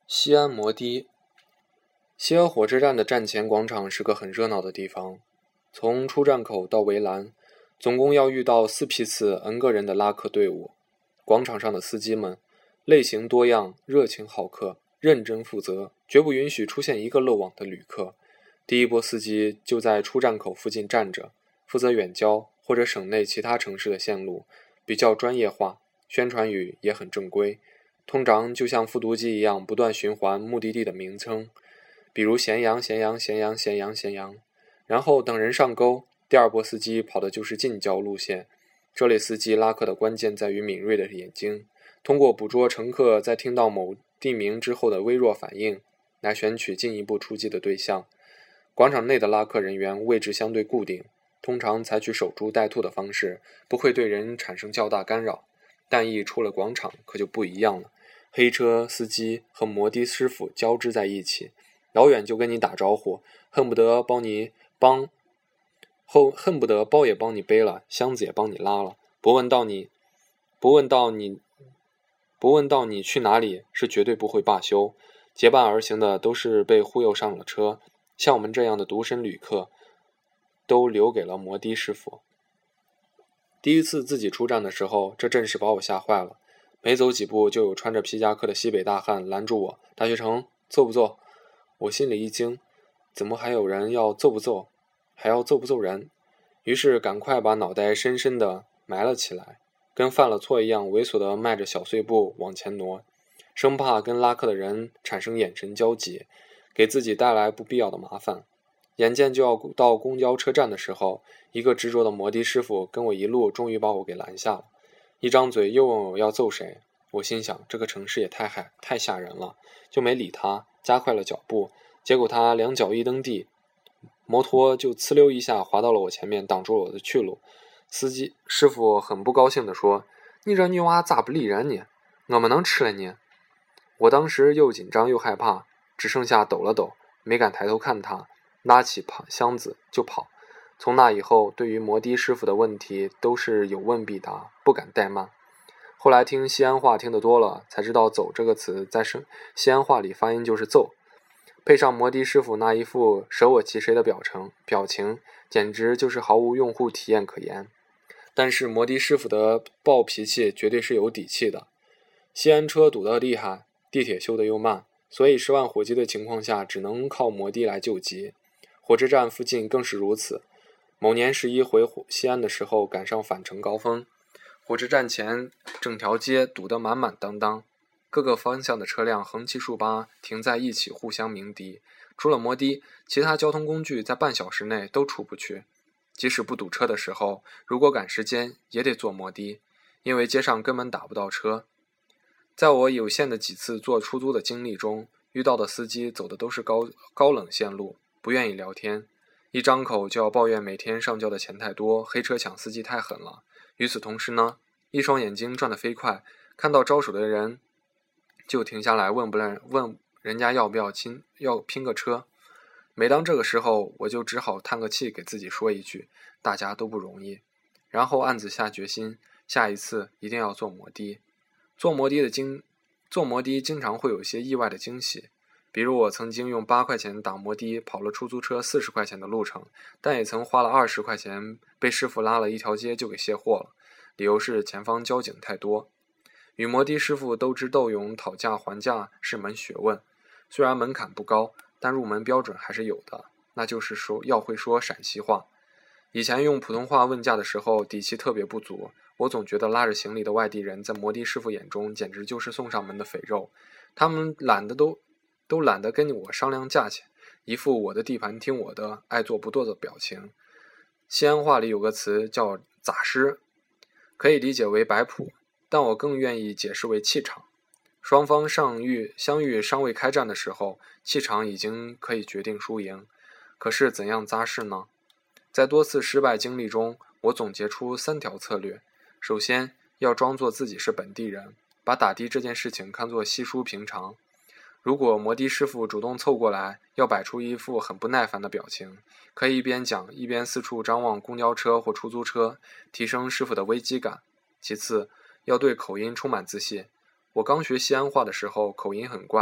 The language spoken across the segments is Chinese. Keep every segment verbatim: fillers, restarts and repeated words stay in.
西安摩的。西安火车站的站前广场是个很热闹的地方，从出站口到围栏，总共要遇到四批次 N 个人的拉客队伍。广场上的司机们类型多样，热情好客，认真负责，绝不允许出现一个漏网的旅客。第一波司机就在出站口附近站着，负责远郊或者省内其他城市的线路，比较专业化，宣传语也很正规，通常就像复读机一样不断循环目的地的名称，比如咸阳咸阳咸阳咸阳咸阳。然后等人上钩，第二波司机跑的就是近郊路线。这类司机拉客的关键在于敏锐的眼睛，通过捕捉乘客在听到某地名之后的微弱反应，来选取进一步出击的对象。广场内的拉客人员位置相对固定，通常采取守株待兔的方式，不会对人产生较大干扰。但一出了广场可就不一样了，黑车司机和摩的师傅交织在一起，老远就跟你打招呼，恨不得帮你帮后恨不得包也帮你背了，箱子也帮你拉了，不问到你不问到你不问到你去哪里，是绝对不会罢休。结伴而行的都是被忽悠上了车，像我们这样的独身旅客都留给了摩的师傅。第一次自己出站的时候，这真是把我吓坏了。没走几步就有穿着皮夹克的西北大汉拦住我，大学城揍不揍？我心里一惊，怎么还有人要揍不揍，还要揍不揍人？于是赶快把脑袋深深地埋了起来，跟犯了错一样猥琐地迈着小碎步往前挪，生怕跟拉客的人产生眼神交集，给自己带来不必要的麻烦。眼见就要到公交车站的时候，一个执着的摩的师傅跟我一路，终于把我给拦下了。一张嘴又问我要揍谁，我心想这个城市也太害太吓人了，就没理他，加快了脚步。结果他两脚一蹬地，摩托就呲溜一下滑到了我前面，挡住了我的去路。司机师傅很不高兴地说：“你这女娃咋不理人呢？我们能吃了你？”我当时又紧张又害怕，只剩下抖了抖，没敢抬头看他，拉起箱子就跑。从那以后，对于摩的师傅的问题都是有问必答，不敢怠慢。后来听西安话听得多了，才知道走这个词在西安话里发音就是揍，配上摩的师傅那一副舍我其谁的表情表情简直就是毫无用户体验可言。但是摩的师傅的暴脾气绝对是有底气的。西安车堵得厉害，地铁修得又慢，所以十万火急的情况下只能靠摩的来救急。火车站附近更是如此。某年十一回西安的时候，赶上返程高峰，火车站前整条街堵得满满当当，各个方向的车辆横七竖八停在一起互相鸣笛。除了摩的，其他交通工具在半小时内都出不去。即使不堵车的时候，如果赶时间也得坐摩的，因为街上根本打不到车。在我有限的几次坐出租的经历中，遇到的司机走的都是高高冷线路，不愿意聊天，一张口就要抱怨每天上交的钱太多，黑车抢司机太狠了。与此同时呢，一双眼睛转得飞快，看到招手的人就停下来问不问问人家要不要亲要拼个车。每当这个时候，我就只好叹个气，给自己说一句大家都不容易，然后暗自下决心，下一次一定要坐摩的。坐摩的的经坐摩的经常会有些意外的惊喜，比如我曾经用八块钱打摩的跑了出租车四十块钱的路程，但也曾花了二十块钱被师傅拉了一条街就给卸货了，理由是前方交警太多。与摩的师傅斗智斗勇讨价还价是门学问，虽然门槛不高，但入门标准还是有的，那就是说要会说陕西话。以前用普通话问价的时候底气特别不足，我总觉得拉着行李的外地人在摩的师傅眼中简直就是送上门的肥肉，他们懒得都都懒得跟我商量价钱，一副我的地盘听我的，爱做不做的表情。西安话里有个词叫咋师，可以理解为摆谱，但我更愿意解释为气场。双方上遇相遇尚未开战的时候，气场已经可以决定输赢。可是怎样扎势呢？在多次失败经历中，我总结出三条策略。首先，要装作自己是本地人，把打的这件事情看作稀疏平常。如果摩的师傅主动凑过来，要摆出一副很不耐烦的表情，可以一边讲一边四处张望公交车或出租车，提升师傅的危机感。其次，要对口音充满自信。我刚学西安话的时候口音很怪，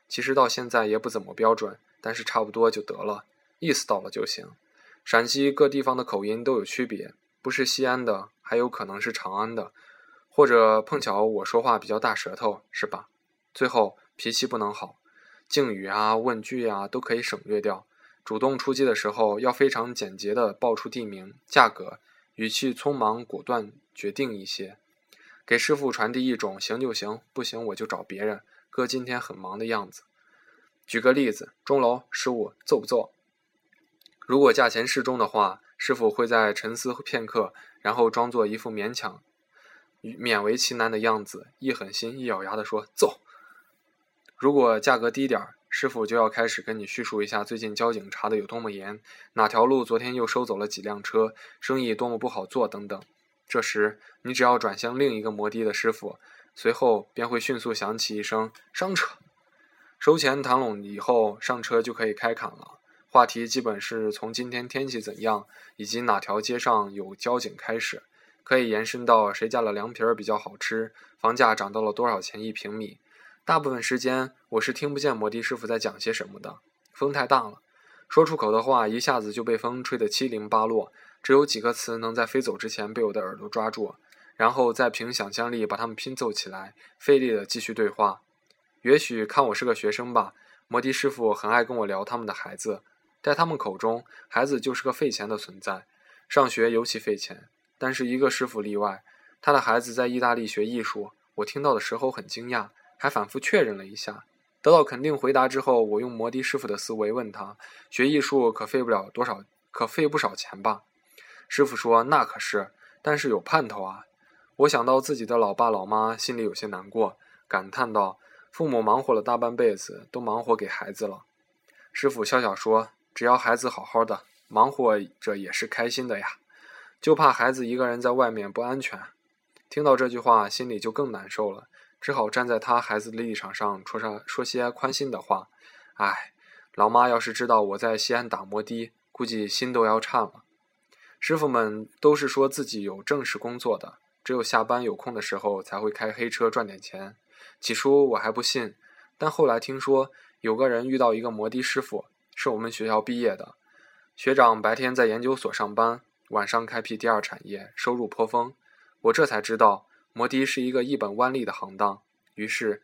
其实到现在也不怎么标准，但是差不多就得了，意思到了就行。陕西各地方的口音都有区别，不是西安的，还有可能是长安的，或者碰巧我说话比较大舌头，是吧？最后脾气不能好，敬语啊、问句啊都可以省略掉。主动出击的时候，要非常简洁地报出地名、价格，语气匆忙果断决定一些，给师傅传递一种行就行，不行我就找别人，哥今天很忙的样子。举个例子，钟楼十五，揍不揍？如果价钱适中的话，师傅会在沉思片刻，然后装作一副勉强勉为其难的样子，一狠心一咬牙地说揍。如果价格低点，师傅就要开始跟你叙述一下最近交警查的有多么严，哪条路昨天又收走了几辆车，生意多么不好做等等。这时你只要转向另一个摩的的师傅，随后便会迅速响起一声上车。收钱谈拢以后，上车就可以开侃了。话题基本是从今天天气怎样，以及哪条街上有交警开始，可以延伸到谁家的凉皮儿比较好吃，房价涨到了多少钱一平米。大部分时间我是听不见摩的师傅在讲些什么的，风太大了，说出口的话一下子就被风吹得七零八落，只有几个词能在飞走之前被我的耳朵抓住，然后再凭想象力把它们拼凑起来，费力地继续对话。也许看我是个学生吧，摩的师傅很爱跟我聊他们的孩子，在他们口中，孩子就是个费钱的存在，上学尤其费钱。但是一个师傅例外，他的孩子在意大利学艺术，我听到的时候很惊讶，还反复确认了一下。得到肯定回答之后，我用摩的师傅的思维问他，学艺术可费不了多少，可费不少钱吧？师傅说那可是，但是有盼头啊。我想到自己的老爸老妈，心里有些难过，感叹道，父母忙活了大半辈子，都忙活给孩子了。师傅笑笑说，只要孩子好好的，忙活着也是开心的呀，就怕孩子一个人在外面不安全。听到这句话，心里就更难受了，只好站在他孩子的立场上说上说些宽心的话。唉，老妈要是知道我在西安打摩的，估计心都要颤了。师傅们都是说自己有正式工作的，只有下班有空的时候才会开黑车赚点钱。起初我还不信，但后来听说有个人遇到一个摩的师傅，是我们学校毕业的，学长白天在研究所上班，晚上开辟第二产业，收入颇丰。我这才知道摩的是一个一本万利的行当，于是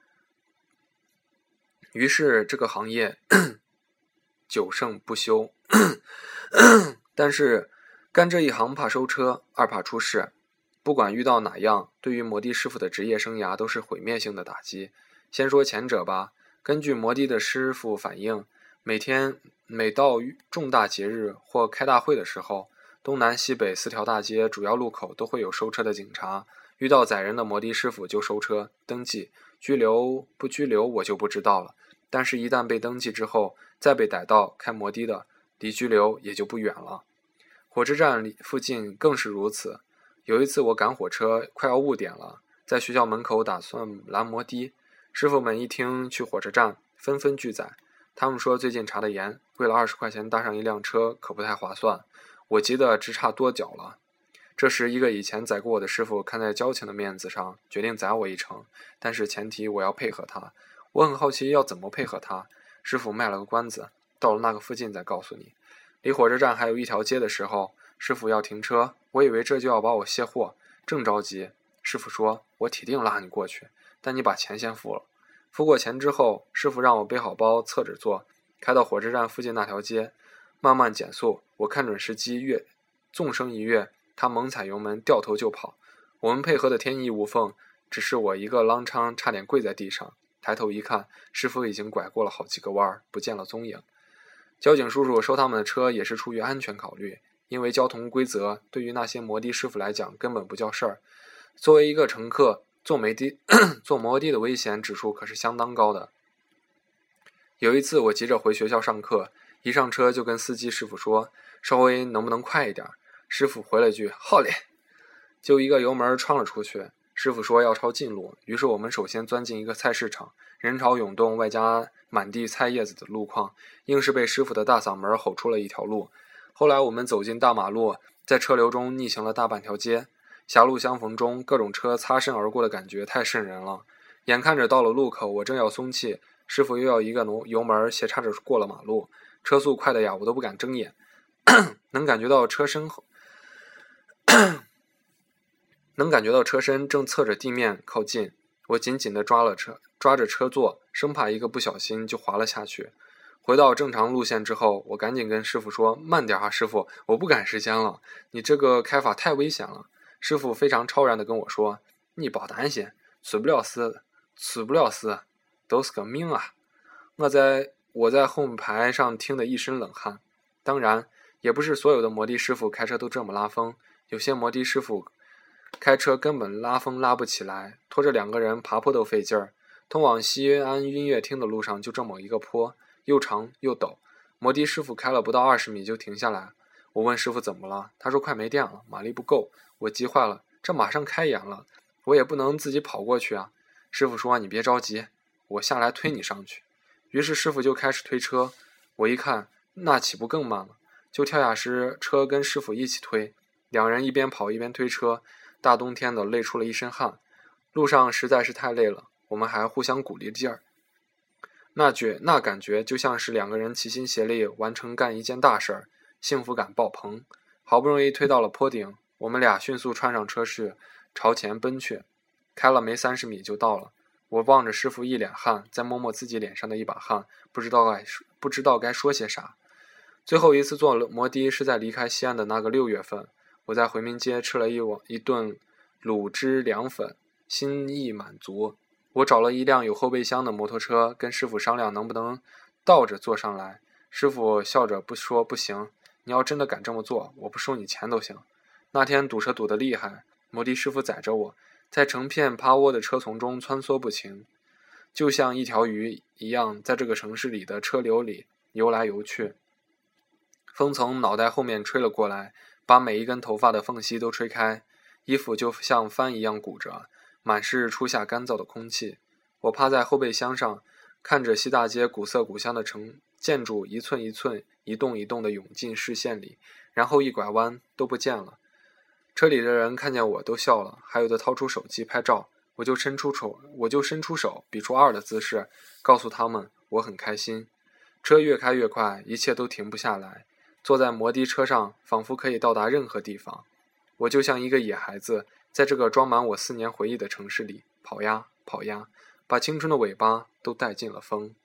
于是这个行业久盛不休但是干这一行怕收车，二怕出事，不管遇到哪样，对于摩的师傅的职业生涯都是毁灭性的打击。先说前者吧，根据摩的的师傅反映，每天每到重大节日或开大会的时候，东南西北四条大街主要路口都会有收车的警察，遇到载人的摩的师傅就收车登记，拘留不拘留我就不知道了，但是一旦被登记之后，再被逮到开摩的的，离拘留也就不远了。火车站附近更是如此。有一次我赶火车快要误点了，在学校门口打算拦摩的，师傅们一听去火车站，纷纷拒载。他们说最近查得严，为了二十块钱搭上一辆车可不太划算。我急得直差跺脚了。这时一个以前载过我的师傅看在交情的面子上，决定载我一程，但是前提我要配合他。我很好奇要怎么配合他，师傅卖了个关子，到了那个附近再告诉你。离火车站还有一条街的时候，师傅要停车，我以为这就要把我卸货，正着急。师傅说，我铁定拉你过去，但你把钱先付了。付过钱之后，师傅让我背好包侧着坐，开到火车站附近那条街，慢慢减速。我看准时机跃，纵身一跃，他猛踩油门，掉头就跑。我们配合的天衣无缝，只是我一个踉跄，差点跪在地上。抬头一看，师傅已经拐过了好几个弯，不见了踪影。交警叔叔收他们的车也是出于安全考虑，因为交通规则对于那些摩的师傅来讲根本不叫事儿。作为一个乘客，坐摩的坐摩的的危险指数可是相当高的。有一次我急着回学校上课，一上车就跟司机师傅说，稍微能不能快一点。师傅回了句好嘞，就一个油门穿了出去。师傅说要抄近路，于是我们首先钻进一个菜市场，人潮涌动，外加满地菜叶子的路况，硬是被师傅的大嗓门吼出了一条路。后来我们走进大马路，在车流中逆行了大半条街，狭路相逢中各种车擦身而过的感觉太瘆人了。眼看着到了路口，我正要松气， 师傅又要一个油门斜插着过了马路，车速快的呀，我都不敢睁眼，能感觉到车身后能感觉到车身正侧着地面靠近，我紧紧地抓了车，抓着车座，生怕一个不小心就滑了下去。回到正常路线之后，我赶紧跟师傅说：“慢点啊，师傅，我不赶时间了，你这个开法太危险了。”师傅非常超然地跟我说：“你别担心，出不了事，出不了事，都是个命啊。”我在我在后排上听得一身冷汗。当然，也不是所有的摩的师傅开车都这么拉风，有些摩的师傅开车根本拉风拉不起来，拖着两个人爬坡都费劲儿。通往西安音乐厅的路上就这么一个坡，又长又陡，摩的师傅开了不到二十米就停下来。我问师傅怎么了，他说快没电了，马力不够。我急坏了，这马上开演了，我也不能自己跑过去啊。师傅说：“你别着急，我下来推你上去。”于是师傅就开始推车，我一看，那岂不更慢了？就跳下师车跟师傅一起推，两人一边跑一边推车，大冬天的累出了一身汗。路上实在是太累了，我们还互相鼓励劲儿。那觉那感觉就像是两个人齐心协力完成干一件大事儿，幸福感爆棚。好不容易推到了坡顶，我们俩迅速穿上车去，朝前奔去。开了没三十米就到了。我望着师傅一脸汗，再摸摸自己脸上的一把汗，不知道该不知道该说些啥。最后一次坐摩的是在离开西安的那个六月份，我在回民街吃了一碗一顿卤汁凉粉，心意满足。我找了一辆有后备箱的摩托车，跟师傅商量能不能倒着坐上来。师傅笑着不说不行，你要真的敢这么做，我不收你钱都行。那天堵车堵得厉害，摩的师傅载着我，在成片趴窝的车丛中穿梭不停，就像一条鱼一样，在这个城市里的车流里游来游去。风从脑袋后面吹了过来，把每一根头发的缝隙都吹开，衣服就像帆一样鼓着，满是初夏干燥的空气。我趴在后备箱上，看着西大街古色古香的城建筑一寸一寸一栋一栋的涌进视线里，然后一拐弯都不见了。车里的人看见我都笑了，还有的掏出手机拍照，我就伸出手，我就伸出手，比出二的姿势，告诉他们我很开心。车越开越快，一切都停不下来。坐在摩的车上，仿佛可以到达任何地方。我就像一个野孩子，在这个装满我四年回忆的城市里跑呀跑呀，把青春的尾巴都带进了风。